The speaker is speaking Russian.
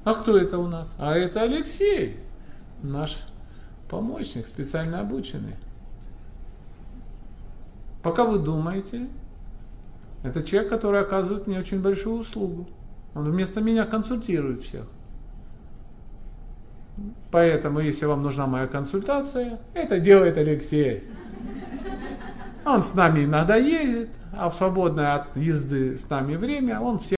А кто это у нас? А это Алексей, наш помощник, специально обученный. Пока вы думаете, это человек, который оказывает мне очень большую услугу. Он вместо меня консультирует всех. Поэтому, если вам нужна моя консультация, это делает Алексей. Он с нами иногда ездит, а в свободное от езды с нами время он всех